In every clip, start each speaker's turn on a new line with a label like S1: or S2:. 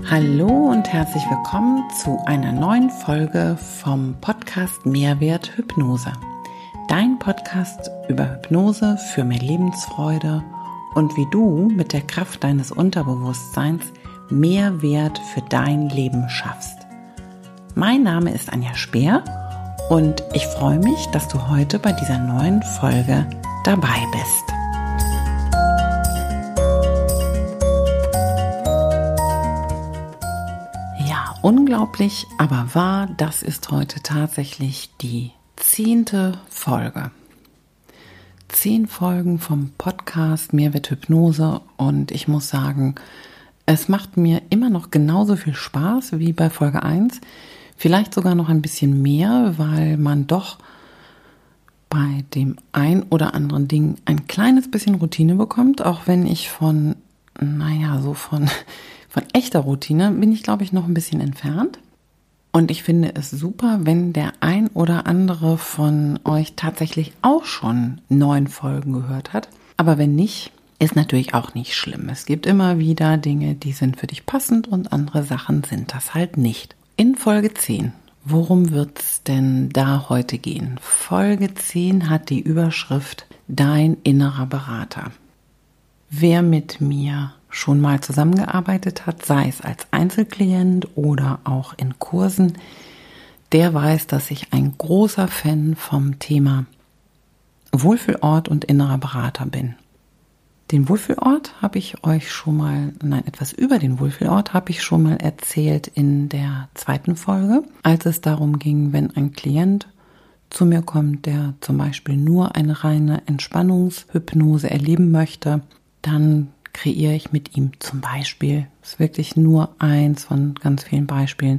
S1: Hallo und herzlich willkommen zu einer neuen Folge vom Podcast Mehrwert Hypnose. Dein Podcast über Hypnose für mehr Lebensfreude und wie du mit der Kraft deines Unterbewusstseins mehr Wert für dein Leben schaffst. Mein Name ist Anja Speer und ich freue mich, dass du heute bei dieser neuen Folge dabei bist. Unglaublich, aber wahr, das ist heute tatsächlich die 10. Folge. 10 Folgen vom Podcast Mehrwert Hypnose und ich muss sagen, es macht mir immer noch genauso viel Spaß wie bei Folge 1. Vielleicht sogar noch ein bisschen mehr, weil man doch bei dem ein oder anderen Ding ein kleines bisschen Routine bekommt, auch wenn ich von echter Routine bin ich, glaube ich, noch ein bisschen entfernt. Und ich finde es super, wenn der ein oder andere von euch tatsächlich auch schon 9 Folgen gehört hat. Aber wenn nicht, ist natürlich auch nicht schlimm. Es gibt immer wieder Dinge, die sind für dich passend und andere Sachen sind das halt nicht. In Folge 10, worum wird es denn da heute gehen? Folge 10 hat die Überschrift Dein innerer Berater. Wer mit mir schon mal zusammengearbeitet hat, sei es als Einzelklient oder auch in Kursen, der weiß, dass ich ein großer Fan vom Thema Wohlfühlort und innerer Berater bin. Den Wohlfühlort habe ich euch schon mal, etwas über den Wohlfühlort habe ich schon mal erzählt in der 2. Folge, als es darum ging, wenn ein Klient zu mir kommt, der zum Beispiel nur eine reine Entspannungshypnose erleben möchte, dann kreiere ich mit ihm zum Beispiel, ist wirklich nur eins von ganz vielen Beispielen,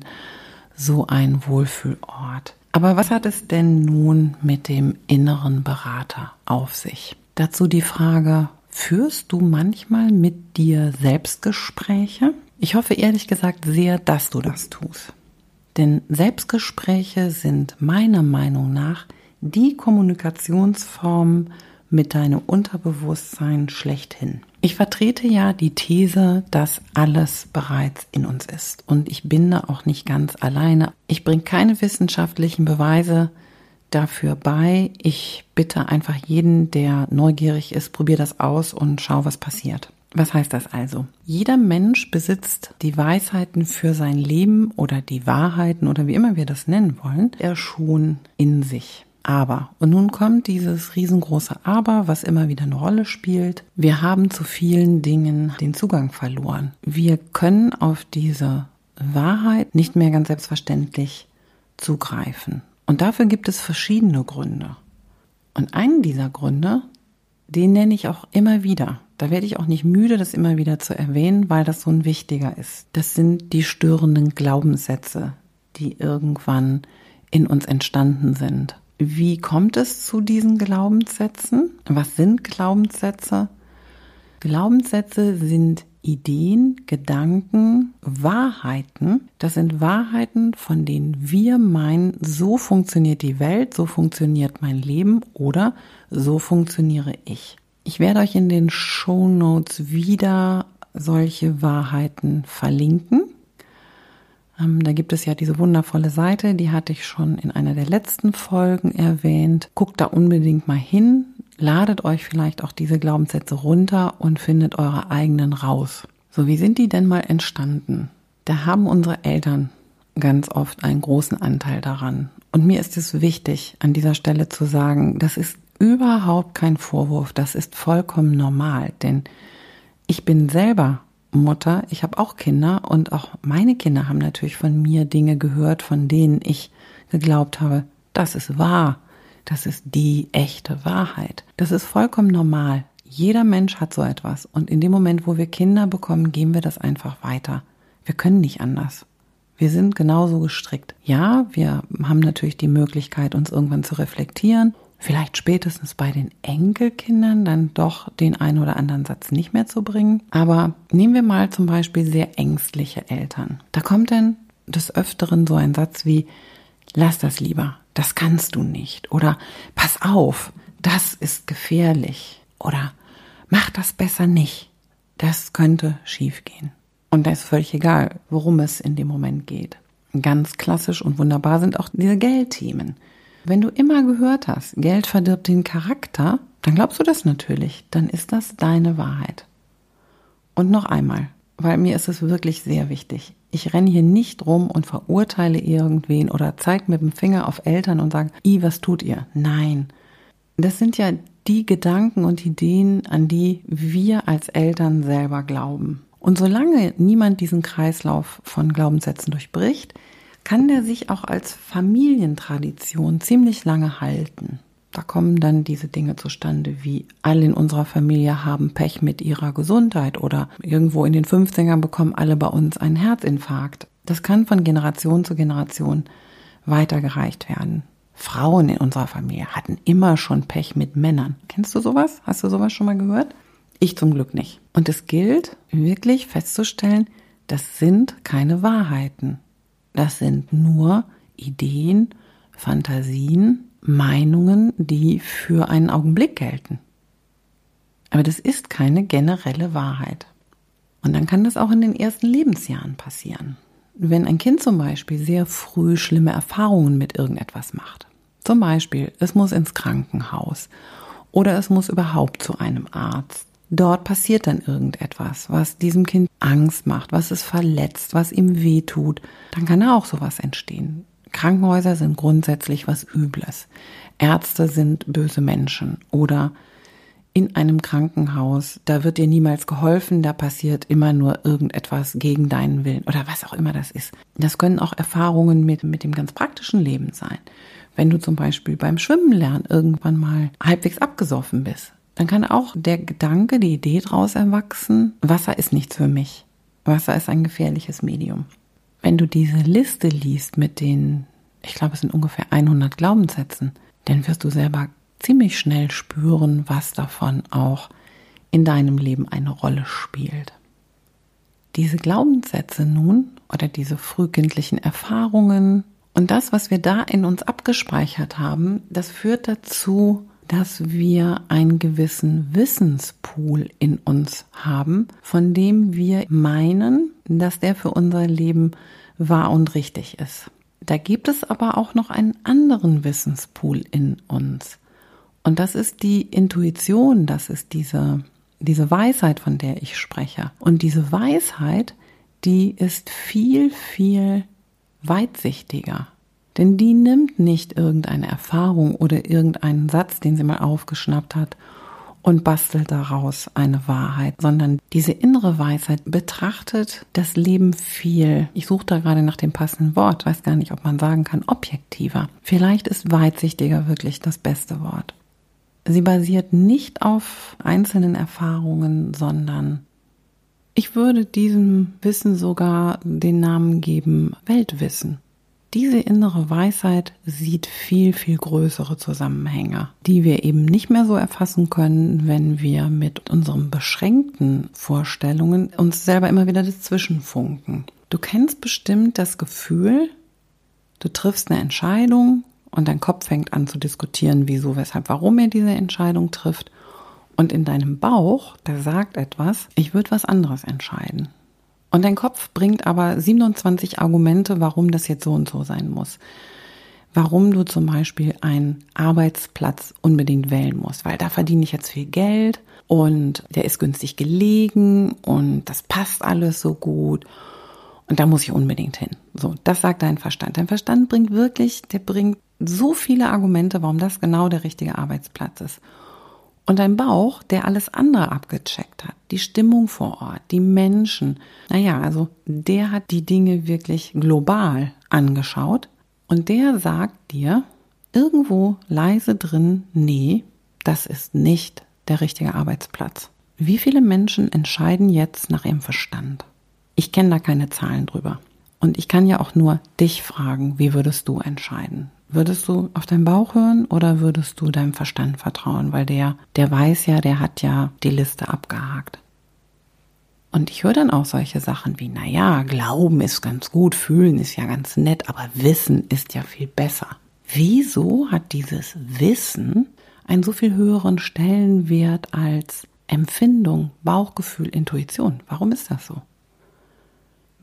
S1: so ein Wohlfühlort. Aber was hat es denn nun mit dem inneren Berater auf sich? Dazu die Frage, führst du manchmal mit dir Selbstgespräche? Ich hoffe ehrlich gesagt sehr, dass du das tust. Denn Selbstgespräche sind meiner Meinung nach die Kommunikationsform mit deinem Unterbewusstsein schlechthin. Ich vertrete ja die These, dass alles bereits in uns ist und ich bin da auch nicht ganz alleine. Ich bringe keine wissenschaftlichen Beweise dafür bei. Ich bitte einfach jeden, der neugierig ist, probier das aus und schau, was passiert. Was heißt das also? Jeder Mensch besitzt die Weisheiten für sein Leben oder die Wahrheiten oder wie immer wir das nennen wollen, er schon in sich. Aber, und nun kommt dieses riesengroße Aber, was immer wieder eine Rolle spielt. Wir haben zu vielen Dingen den Zugang verloren. Wir können auf diese Wahrheit nicht mehr ganz selbstverständlich zugreifen. Und dafür gibt es verschiedene Gründe. Und einen dieser Gründe, den nenne ich auch immer wieder. Da werde ich auch nicht müde, das immer wieder zu erwähnen, weil das so ein wichtiger ist. Das sind die störenden Glaubenssätze, die irgendwann in uns entstanden sind. Wie kommt es zu diesen Glaubenssätzen? Was sind Glaubenssätze? Glaubenssätze sind Ideen, Gedanken, Wahrheiten. Das sind Wahrheiten, von denen wir meinen, so funktioniert die Welt, so funktioniert mein Leben oder so funktioniere ich. Ich werde euch in den Shownotes wieder solche Wahrheiten verlinken. Da gibt es ja diese wundervolle Seite, die hatte ich schon in einer der letzten Folgen erwähnt. Guckt da unbedingt mal hin, ladet euch vielleicht auch diese Glaubenssätze runter und findet eure eigenen raus. So, wie sind die denn mal entstanden? Da haben unsere Eltern ganz oft einen großen Anteil daran. Und mir ist es wichtig, an dieser Stelle zu sagen, das ist überhaupt kein Vorwurf, das ist vollkommen normal, denn ich bin selber Mutter, ich habe auch Kinder und auch meine Kinder haben natürlich von mir Dinge gehört, von denen ich geglaubt habe, das ist wahr, das ist die echte Wahrheit. Das ist vollkommen normal. Jeder Mensch hat so etwas und in dem Moment, wo wir Kinder bekommen, geben wir das einfach weiter. Wir können nicht anders. Wir sind genauso gestrickt. Ja, wir haben natürlich die Möglichkeit, uns irgendwann zu reflektieren. Vielleicht spätestens bei den Enkelkindern dann doch den einen oder anderen Satz nicht mehr zu bringen. Aber nehmen wir mal zum Beispiel sehr ängstliche Eltern. Da kommt dann des Öfteren so ein Satz wie, lass das lieber, das kannst du nicht. Oder pass auf, das ist gefährlich. Oder mach das besser nicht, das könnte schiefgehen. Und da ist völlig egal, worum es in dem Moment geht. Ganz klassisch und wunderbar sind auch diese Geldthemen. Wenn du immer gehört hast, Geld verdirbt den Charakter, dann glaubst du das natürlich. Dann ist das deine Wahrheit. Und noch einmal, weil mir ist es wirklich sehr wichtig. Ich renne hier nicht rum und verurteile irgendwen oder zeige mit dem Finger auf Eltern und sage, was tut ihr? Nein. Das sind ja die Gedanken und Ideen, an die wir als Eltern selber glauben. Und solange niemand diesen Kreislauf von Glaubenssätzen durchbricht, kann der sich auch als Familientradition ziemlich lange halten. Da kommen dann diese Dinge zustande, wie alle in unserer Familie haben Pech mit ihrer Gesundheit oder irgendwo in den 50ern bekommen alle bei uns einen Herzinfarkt. Das kann von Generation zu Generation weitergereicht werden. Frauen in unserer Familie hatten immer schon Pech mit Männern. Kennst du sowas? Hast du sowas schon mal gehört? Ich zum Glück nicht. Und es gilt wirklich festzustellen, das sind keine Wahrheiten. Das sind nur Ideen, Fantasien, Meinungen, die für einen Augenblick gelten. Aber das ist keine generelle Wahrheit. Und dann kann das auch in den ersten Lebensjahren passieren. Wenn ein Kind zum Beispiel sehr früh schlimme Erfahrungen mit irgendetwas macht. Zum Beispiel, es muss ins Krankenhaus oder es muss überhaupt zu einem Arzt. Dort passiert dann irgendetwas, was diesem Kind Angst macht, was es verletzt, was ihm wehtut. Dann kann auch sowas entstehen. Krankenhäuser sind grundsätzlich was Übles. Ärzte sind böse Menschen. Oder in einem Krankenhaus, da wird dir niemals geholfen, da passiert immer nur irgendetwas gegen deinen Willen oder was auch immer das ist. Das können auch Erfahrungen mit dem ganz praktischen Leben sein. Wenn du zum Beispiel beim Schwimmen lernen irgendwann mal halbwegs abgesoffen bist, dann kann auch der Gedanke, die Idee daraus erwachsen, Wasser ist nichts für mich. Wasser ist ein gefährliches Medium. Wenn du diese Liste liest mit den, ich glaube, es sind ungefähr 100 Glaubenssätzen, dann wirst du selber ziemlich schnell spüren, was davon auch in deinem Leben eine Rolle spielt. Diese Glaubenssätze nun oder diese frühkindlichen Erfahrungen und das, was wir da in uns abgespeichert haben, das führt dazu, dass wir einen gewissen Wissenspool in uns haben, von dem wir meinen, dass der für unser Leben wahr und richtig ist. Da gibt es aber auch noch einen anderen Wissenspool in uns. Und das ist die Intuition, das ist diese Weisheit, von der ich spreche. Und diese Weisheit, die ist viel, viel weitsichtiger. Denn die nimmt nicht irgendeine Erfahrung oder irgendeinen Satz, den sie mal aufgeschnappt hat und bastelt daraus eine Wahrheit, sondern diese innere Weisheit betrachtet das Leben viel, ich suche da gerade nach dem passenden Wort, weiß gar nicht, ob man sagen kann, objektiver. Vielleicht ist weitsichtiger wirklich das beste Wort. Sie basiert nicht auf einzelnen Erfahrungen, sondern ich würde diesem Wissen sogar den Namen geben, Weltwissen. Diese innere Weisheit sieht viel, viel größere Zusammenhänge, die wir eben nicht mehr so erfassen können, wenn wir mit unseren beschränkten Vorstellungen uns selber immer wieder dazwischen funken. Du kennst bestimmt das Gefühl, du triffst eine Entscheidung und dein Kopf fängt an zu diskutieren, wieso, weshalb, warum er diese Entscheidung trifft. Und in deinem Bauch, da sagt etwas, ich würde was anderes entscheiden. Und dein Kopf bringt aber 27 Argumente, warum das jetzt so und so sein muss. Warum du zum Beispiel einen Arbeitsplatz unbedingt wählen musst, weil da verdiene ich jetzt viel Geld und der ist günstig gelegen und das passt alles so gut und da muss ich unbedingt hin. So, das sagt dein Verstand. Dein Verstand bringt so viele Argumente, warum das genau der richtige Arbeitsplatz ist. Und dein Bauch, der alles andere abgecheckt hat, die Stimmung vor Ort, die Menschen, also der hat die Dinge wirklich global angeschaut und der sagt dir irgendwo leise drin, nee, das ist nicht der richtige Arbeitsplatz. Wie viele Menschen entscheiden jetzt nach ihrem Verstand? Ich kenne da keine Zahlen drüber. Und ich kann ja auch nur dich fragen, wie würdest du entscheiden? Würdest du auf deinen Bauch hören oder würdest du deinem Verstand vertrauen? Weil der weiß ja, der hat ja die Liste abgehakt. Und ich höre dann auch solche Sachen wie, Glauben ist ganz gut, fühlen ist ja ganz nett, aber Wissen ist ja viel besser. Wieso hat dieses Wissen einen so viel höheren Stellenwert als Empfindung, Bauchgefühl, Intuition? Warum ist das so?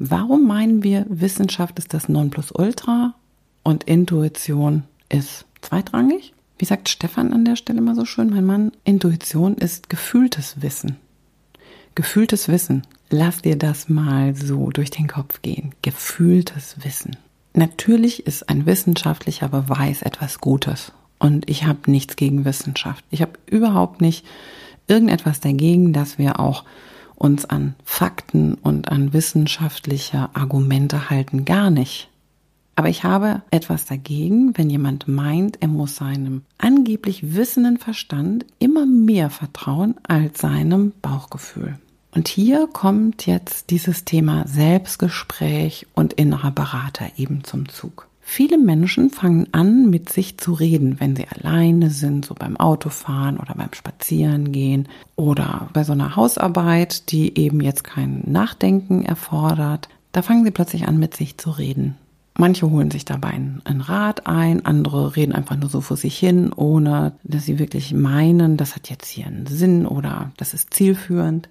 S1: Warum meinen wir, Wissenschaft ist das Nonplusultra und Intuition ist zweitrangig? Wie sagt Stefan an der Stelle immer so schön, mein Mann, Intuition ist gefühltes Wissen. Gefühltes Wissen. Lass dir das mal so durch den Kopf gehen. Gefühltes Wissen. Natürlich ist ein wissenschaftlicher Beweis etwas Gutes. Und ich habe nichts gegen Wissenschaft. Ich habe überhaupt nicht irgendetwas dagegen, dass wir auch uns an Fakten und an wissenschaftliche Argumente halten. Gar nicht. Aber ich habe etwas dagegen, wenn jemand meint, er muss seinem angeblich wissenden Verstand immer mehr vertrauen als seinem Bauchgefühl. Und hier kommt jetzt dieses Thema Selbstgespräch und innerer Berater eben zum Zug. Viele Menschen fangen an, mit sich zu reden, wenn sie alleine sind, so beim Autofahren oder beim Spazierengehen oder bei so einer Hausarbeit, die eben jetzt kein Nachdenken erfordert. Da fangen sie plötzlich an, mit sich zu reden. Manche holen sich dabei einen Rat ein, andere reden einfach nur so vor sich hin, ohne dass sie wirklich meinen, das hat jetzt hier einen Sinn oder das ist zielführend.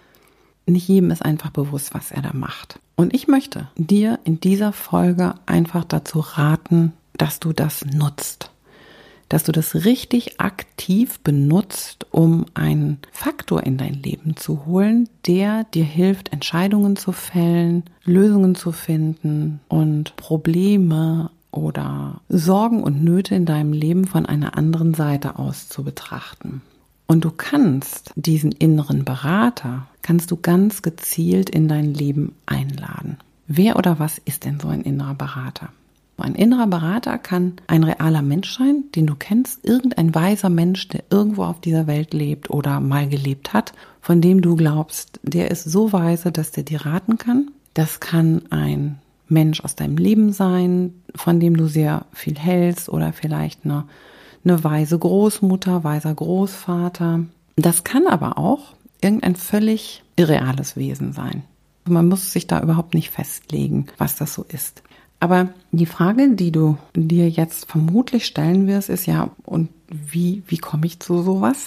S1: Nicht jedem ist einfach bewusst, was er da macht. Und ich möchte dir in dieser Folge einfach dazu raten, dass du das nutzt. Dass du das richtig aktiv benutzt, um einen Faktor in dein Leben zu holen, der dir hilft, Entscheidungen zu fällen, Lösungen zu finden und Probleme oder Sorgen und Nöte in deinem Leben von einer anderen Seite aus zu betrachten. Und du kannst diesen inneren Berater, kannst du ganz gezielt in dein Leben einladen. Wer oder was ist denn so ein innerer Berater? Ein innerer Berater kann ein realer Mensch sein, den du kennst, irgendein weiser Mensch, der irgendwo auf dieser Welt lebt oder mal gelebt hat, von dem du glaubst, der ist so weise, dass der dir raten kann. Das kann ein Mensch aus deinem Leben sein, von dem du sehr viel hältst oder vielleicht eine weise Großmutter, weiser Großvater. Das kann aber auch irgendein völlig irreales Wesen sein. Man muss sich da überhaupt nicht festlegen, was das so ist. Aber die Frage, die du dir jetzt vermutlich stellen wirst, ist ja, und wie komme ich zu sowas?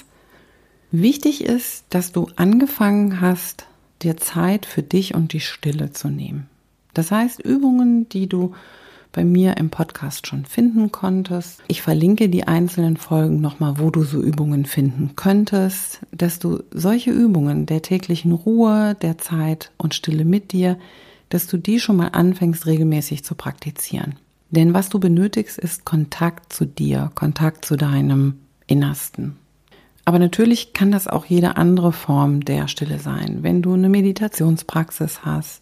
S1: Wichtig ist, dass du angefangen hast, dir Zeit für dich und die Stille zu nehmen. Das heißt, Übungen, die du bei mir im Podcast schon finden konntest. Ich verlinke die einzelnen Folgen nochmal, wo du so Übungen finden könntest, dass du solche Übungen der täglichen Ruhe, der Zeit und Stille mit dir, dass du die schon mal anfängst regelmäßig zu praktizieren. Denn was du benötigst, ist Kontakt zu dir, Kontakt zu deinem Innersten. Aber natürlich kann das auch jede andere Form der Stille sein. Wenn du eine Meditationspraxis hast,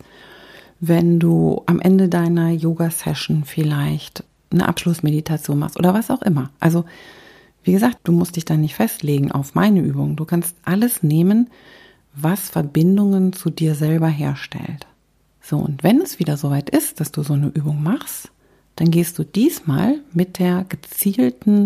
S1: wenn du am Ende deiner Yoga-Session vielleicht eine Abschlussmeditation machst oder was auch immer. Also, wie gesagt, du musst dich da nicht festlegen auf meine Übung. Du kannst alles nehmen, was Verbindungen zu dir selber herstellt. So, und wenn es wieder soweit ist, dass du so eine Übung machst, dann gehst du diesmal mit der gezielten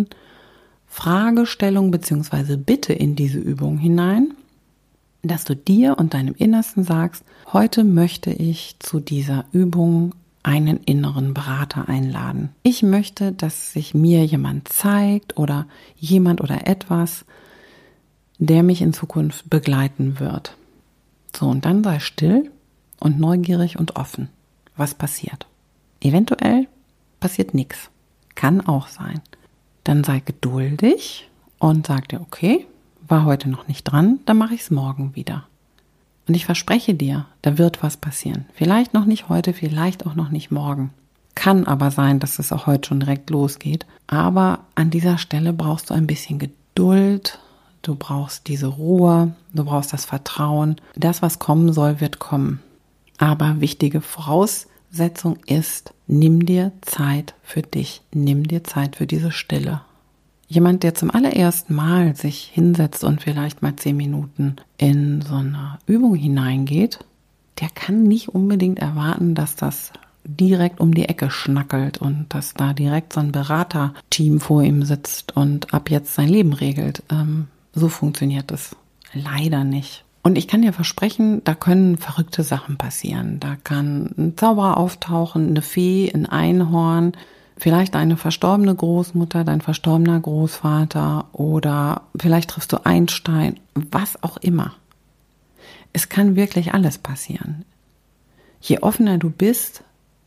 S1: Fragestellung bzw. Bitte in diese Übung hinein, dass du dir und deinem Innersten sagst, heute möchte ich zu dieser Übung einen inneren Berater einladen. Ich möchte, dass sich mir jemand zeigt oder jemand oder etwas, der mich in Zukunft begleiten wird. So, und dann sei still und neugierig und offen. Was passiert? Eventuell passiert nichts. Kann auch sein. Dann sei geduldig und sag dir, okay, war heute noch nicht dran, dann mache ich es morgen wieder. Und ich verspreche dir, da wird was passieren. Vielleicht noch nicht heute, vielleicht auch noch nicht morgen. Kann aber sein, dass es auch heute schon direkt losgeht. Aber an dieser Stelle brauchst du ein bisschen Geduld, du brauchst diese Ruhe, du brauchst das Vertrauen. Das, was kommen soll, wird kommen. Aber wichtige Voraussetzung ist, nimm dir Zeit für dich, nimm dir Zeit für diese Stille. Jemand, der zum allerersten Mal sich hinsetzt und vielleicht mal 10 Minuten in so eine Übung hineingeht, der kann nicht unbedingt erwarten, dass das direkt um die Ecke schnackelt und dass da direkt so ein Beraterteam vor ihm sitzt und ab jetzt sein Leben regelt. So funktioniert es leider nicht. Und ich kann dir versprechen, da können verrückte Sachen passieren. Da kann ein Zauberer auftauchen, eine Fee, ein Einhorn, vielleicht deine verstorbene Großmutter, dein verstorbener Großvater oder vielleicht triffst du Einstein, was auch immer. Es kann wirklich alles passieren. Je offener du bist,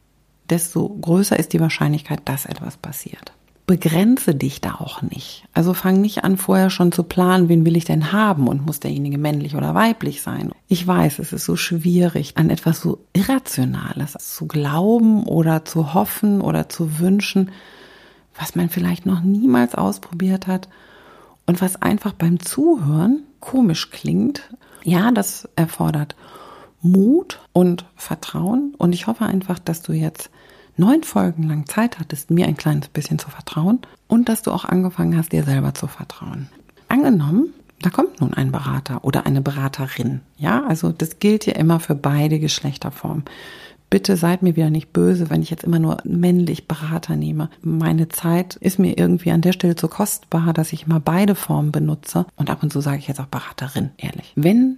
S1: desto größer ist die Wahrscheinlichkeit, dass etwas passiert. Begrenze dich da auch nicht. Also fang nicht an, vorher schon zu planen, wen will ich denn haben und muss derjenige männlich oder weiblich sein. Ich weiß, es ist so schwierig, an etwas so Irrationales zu glauben oder zu hoffen oder zu wünschen, was man vielleicht noch niemals ausprobiert hat und was einfach beim Zuhören komisch klingt. Ja, das erfordert Mut und Vertrauen und ich hoffe einfach, dass du jetzt 9 Folgen lang Zeit hattest, mir ein kleines bisschen zu vertrauen und dass du auch angefangen hast, dir selber zu vertrauen. Angenommen, da kommt nun ein Berater oder eine Beraterin. Ja, also das gilt ja immer für beide Geschlechterformen. Bitte seid mir wieder nicht böse, wenn ich jetzt immer nur männlich Berater nehme. Meine Zeit ist mir irgendwie an der Stelle zu kostbar, dass ich immer beide Formen benutze. Und ab und zu sage ich jetzt auch Beraterin, ehrlich. Wenn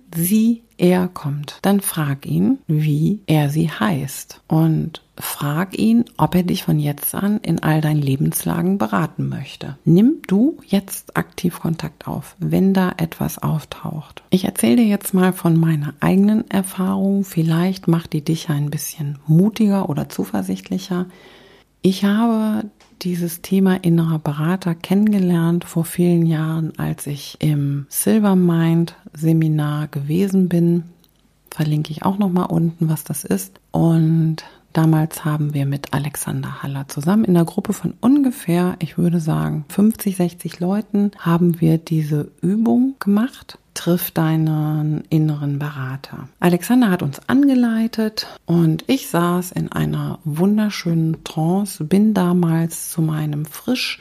S1: er kommt, dann frag ihn, wie er sie heißt. Und frag ihn, ob er dich von jetzt an in all deinen Lebenslagen beraten möchte. Nimm du jetzt aktiv Kontakt auf, wenn da etwas auftaucht. Ich erzähle dir jetzt mal von meiner eigenen Erfahrung. Vielleicht macht die dich ein bisschen mutiger oder zuversichtlicher. Ich habe dieses Thema innerer Berater kennengelernt vor vielen Jahren, als ich im Silvermind Seminar gewesen bin. Verlinke ich auch nochmal unten, was das ist. Und damals haben wir mit Alexander Haller zusammen in einer Gruppe von ungefähr, ich würde sagen, 50, 60 Leuten haben wir diese Übung gemacht. Triff deinen inneren Berater. Alexander hat uns angeleitet und ich saß in einer wunderschönen Trance, bin damals zu meinem frisch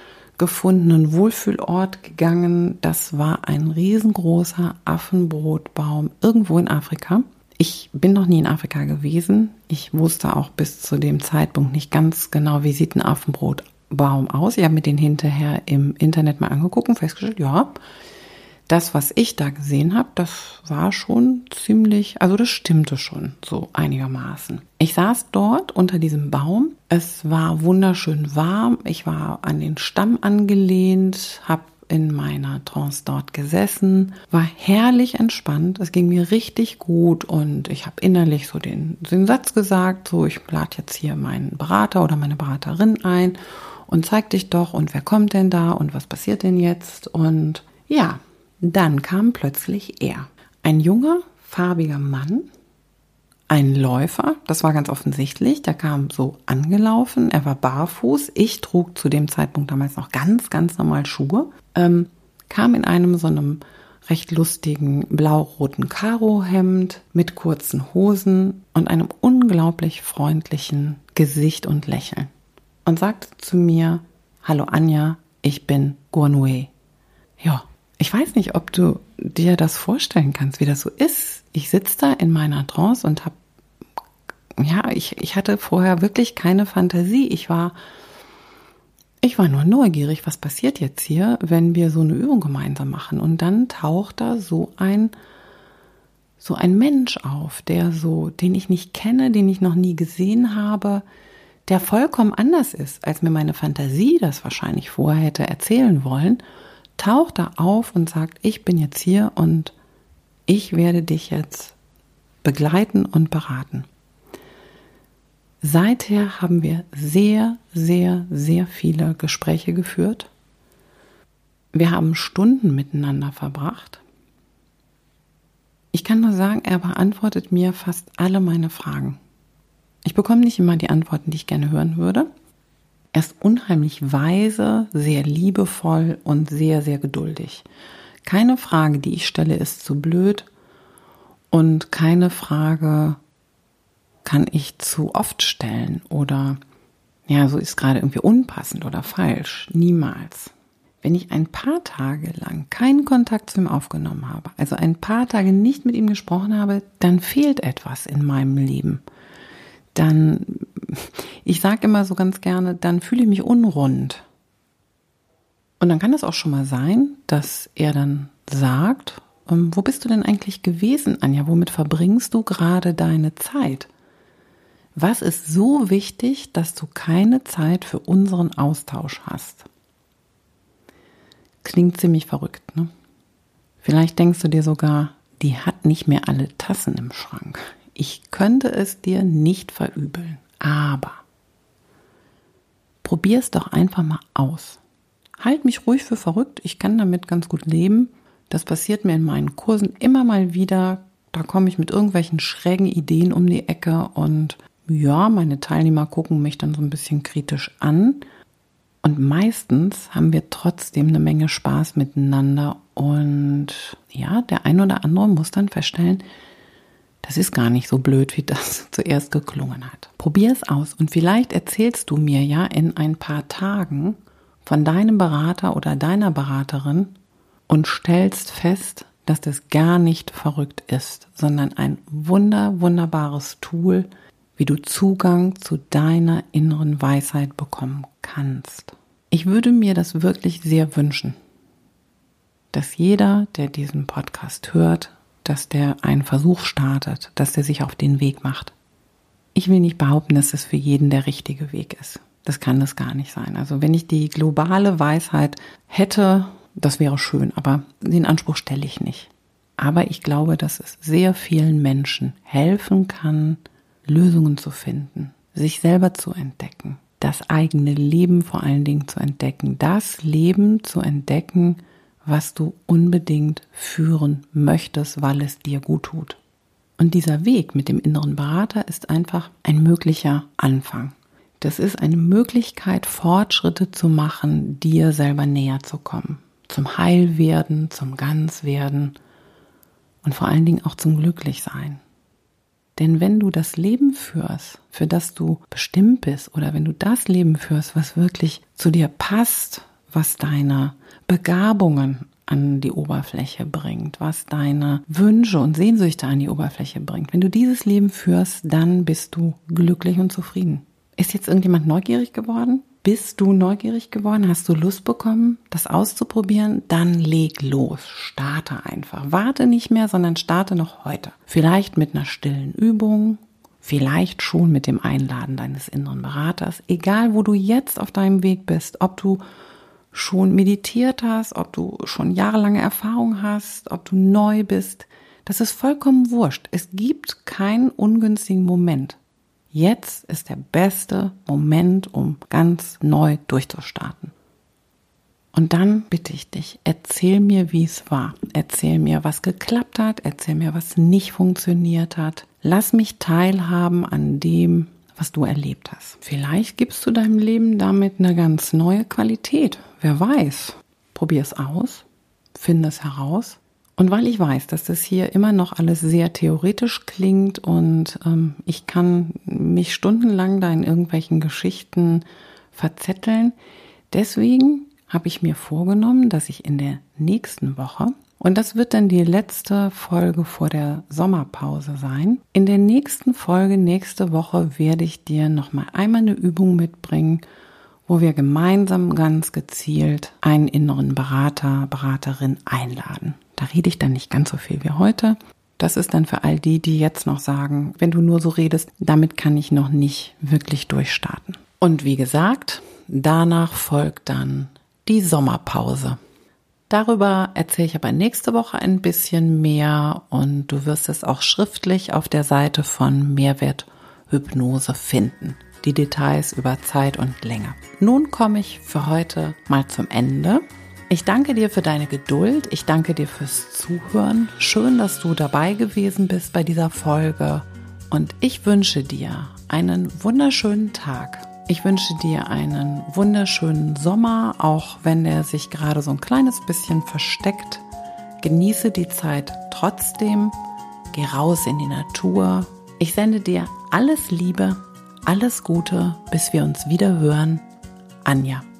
S1: gefundenen Wohlfühlort gegangen. Das war ein riesengroßer Affenbrotbaum irgendwo in Afrika. Ich bin noch nie in Afrika gewesen. Ich wusste auch bis zu dem Zeitpunkt nicht ganz genau, wie sieht ein Affenbrotbaum aus. Ich habe mir den hinterher im Internet mal angeguckt und festgestellt, ja, das, was ich da gesehen habe, das war schon ziemlich, also das stimmte schon so einigermaßen. Ich saß dort unter diesem Baum. Es war wunderschön warm. Ich war an den Stamm angelehnt, habe in meiner Trance dort gesessen, war herrlich entspannt. Es ging mir richtig gut und ich habe innerlich so den Satz gesagt, so ich lade jetzt hier meinen Berater oder meine Beraterin ein und zeig dich doch und wer kommt denn da und was passiert denn jetzt und ja, dann kam plötzlich er. Ein junger, farbiger Mann, ein Läufer, das war ganz offensichtlich, der kam so angelaufen, er war barfuß, ich trug zu dem Zeitpunkt damals noch ganz, ganz normal Schuhe, kam in einem so einem recht lustigen blau-roten Karohemd mit kurzen Hosen und einem unglaublich freundlichen Gesicht und Lächeln und sagte zu mir, hallo Anja, ich bin Guanue. Ja. Ich weiß nicht, ob du dir das vorstellen kannst, wie das so ist. Ich sitze da in meiner Trance und ich hatte vorher wirklich keine Fantasie. Ich war nur neugierig, was passiert jetzt hier, wenn wir so eine Übung gemeinsam machen. Und dann taucht da so ein Mensch auf, den ich nicht kenne, den ich noch nie gesehen habe, der vollkommen anders ist, als mir meine Fantasie das wahrscheinlich vorher hätte erzählen wollen. Taucht da auf und sagt, ich bin jetzt hier und ich werde dich jetzt begleiten und beraten. Seither haben wir sehr, sehr, sehr viele Gespräche geführt. Wir haben Stunden miteinander verbracht. Ich kann nur sagen, er beantwortet mir fast alle meine Fragen. Ich bekomme nicht immer die Antworten, die ich gerne hören würde. Er ist unheimlich weise, sehr liebevoll und sehr, sehr geduldig. Keine Frage, die ich stelle, ist zu blöd und keine Frage kann ich zu oft stellen oder ja, so ist gerade irgendwie unpassend oder falsch. Niemals. Wenn ich ein paar Tage lang keinen Kontakt zu ihm aufgenommen habe, also ein paar Tage nicht mit ihm gesprochen habe, dann fehlt etwas in meinem Leben. Ich sage immer so ganz gerne, dann fühle ich mich unrund. Und dann kann es auch schon mal sein, dass er dann sagt, wo bist du denn eigentlich gewesen, Anja? Womit verbringst du gerade deine Zeit? Was ist so wichtig, dass du keine Zeit für unseren Austausch hast? Klingt ziemlich verrückt, ne? Vielleicht denkst du dir sogar, die hat nicht mehr alle Tassen im Schrank. Ich könnte es dir nicht verübeln, aber probier es doch einfach mal aus. Halt mich ruhig für verrückt, ich kann damit ganz gut leben. Das passiert mir in meinen Kursen immer mal wieder. Da komme ich mit irgendwelchen schrägen Ideen um die Ecke und ja, meine Teilnehmer gucken mich dann so ein bisschen kritisch an. Und meistens haben wir trotzdem eine Menge Spaß miteinander und ja, der ein oder andere muss dann feststellen, das ist gar nicht so blöd, wie das zuerst geklungen hat. Probier es aus und vielleicht erzählst du mir ja in ein paar Tagen von deinem Berater oder deiner Beraterin und stellst fest, dass das gar nicht verrückt ist, sondern ein wunderbares Tool, wie du Zugang zu deiner inneren Weisheit bekommen kannst. Ich würde mir das wirklich sehr wünschen, dass jeder, der diesen Podcast hört, dass der einen Versuch startet, dass der sich auf den Weg macht. Ich will nicht behaupten, dass es für jeden der richtige Weg ist. Das kann es gar nicht sein. Also wenn ich die globale Weisheit hätte, das wäre schön, aber den Anspruch stelle ich nicht. Aber ich glaube, dass es sehr vielen Menschen helfen kann, Lösungen zu finden, sich selber zu entdecken, das eigene Leben vor allen Dingen zu entdecken, das Leben zu entdecken, was du unbedingt führen möchtest, weil es dir gut tut. Und dieser Weg mit dem inneren Berater ist einfach ein möglicher Anfang. Das ist eine Möglichkeit, Fortschritte zu machen, dir selber näher zu kommen, zum Heilwerden, zum Ganzwerden und vor allen Dingen auch zum Glücklichsein. Denn wenn du das Leben führst, für das du bestimmt bist, oder wenn du das Leben führst, was wirklich zu dir passt, was deine Begabungen an die Oberfläche bringt, was deine Wünsche und Sehnsüchte an die Oberfläche bringt, wenn du dieses Leben führst, dann bist du glücklich und zufrieden. Ist jetzt irgendjemand neugierig geworden? Bist du neugierig geworden? Hast du Lust bekommen, das auszuprobieren? Dann leg los, starte einfach. Warte nicht mehr, sondern starte noch heute. Vielleicht mit einer stillen Übung, vielleicht schon mit dem Einladen deines inneren Beraters. Egal, wo du jetzt auf deinem Weg bist, ob du schon meditiert hast, ob du schon jahrelange Erfahrung hast, ob du neu bist, das ist vollkommen wurscht. Es gibt keinen ungünstigen Moment. Jetzt ist der beste Moment, um ganz neu durchzustarten. Und dann bitte ich dich, erzähl mir, wie es war. Erzähl mir, was geklappt hat. Erzähl mir, was nicht funktioniert hat. Lass mich teilhaben an dem, was du erlebt hast. Vielleicht gibst du deinem Leben damit eine ganz neue Qualität. Wer weiß. Probier es aus. Finde es heraus. Und weil ich weiß, dass das hier immer noch alles sehr theoretisch klingt und ich kann mich stundenlang da in irgendwelchen Geschichten verzetteln, deswegen habe ich mir vorgenommen, dass ich in der nächsten Woche, und das wird dann die letzte Folge vor der Sommerpause sein, in der nächsten Folge, nächste Woche, werde ich dir nochmal einmal eine Übung mitbringen, wo wir gemeinsam ganz gezielt einen inneren Berater, Beraterin einladen. Da rede ich dann nicht ganz so viel wie heute. Das ist dann für all die, die jetzt noch sagen, wenn du nur so redest, damit kann ich noch nicht wirklich durchstarten. Und wie gesagt, danach folgt dann die Sommerpause. Darüber erzähle ich aber nächste Woche ein bisschen mehr und du wirst es auch schriftlich auf der Seite von Mehrwert Hypnose finden. Die Details über Zeit und Länge. Nun komme ich für heute mal zum Ende. Ich danke dir für deine Geduld. Ich danke dir fürs Zuhören. Schön, dass du dabei gewesen bist bei dieser Folge. Und ich wünsche dir einen wunderschönen Tag. Ich wünsche dir einen wunderschönen Sommer, auch wenn der sich gerade so ein kleines bisschen versteckt. Genieße die Zeit trotzdem. Geh raus in die Natur. Ich sende dir alles Liebe. Alles Gute, bis wir uns wieder hören. Anja.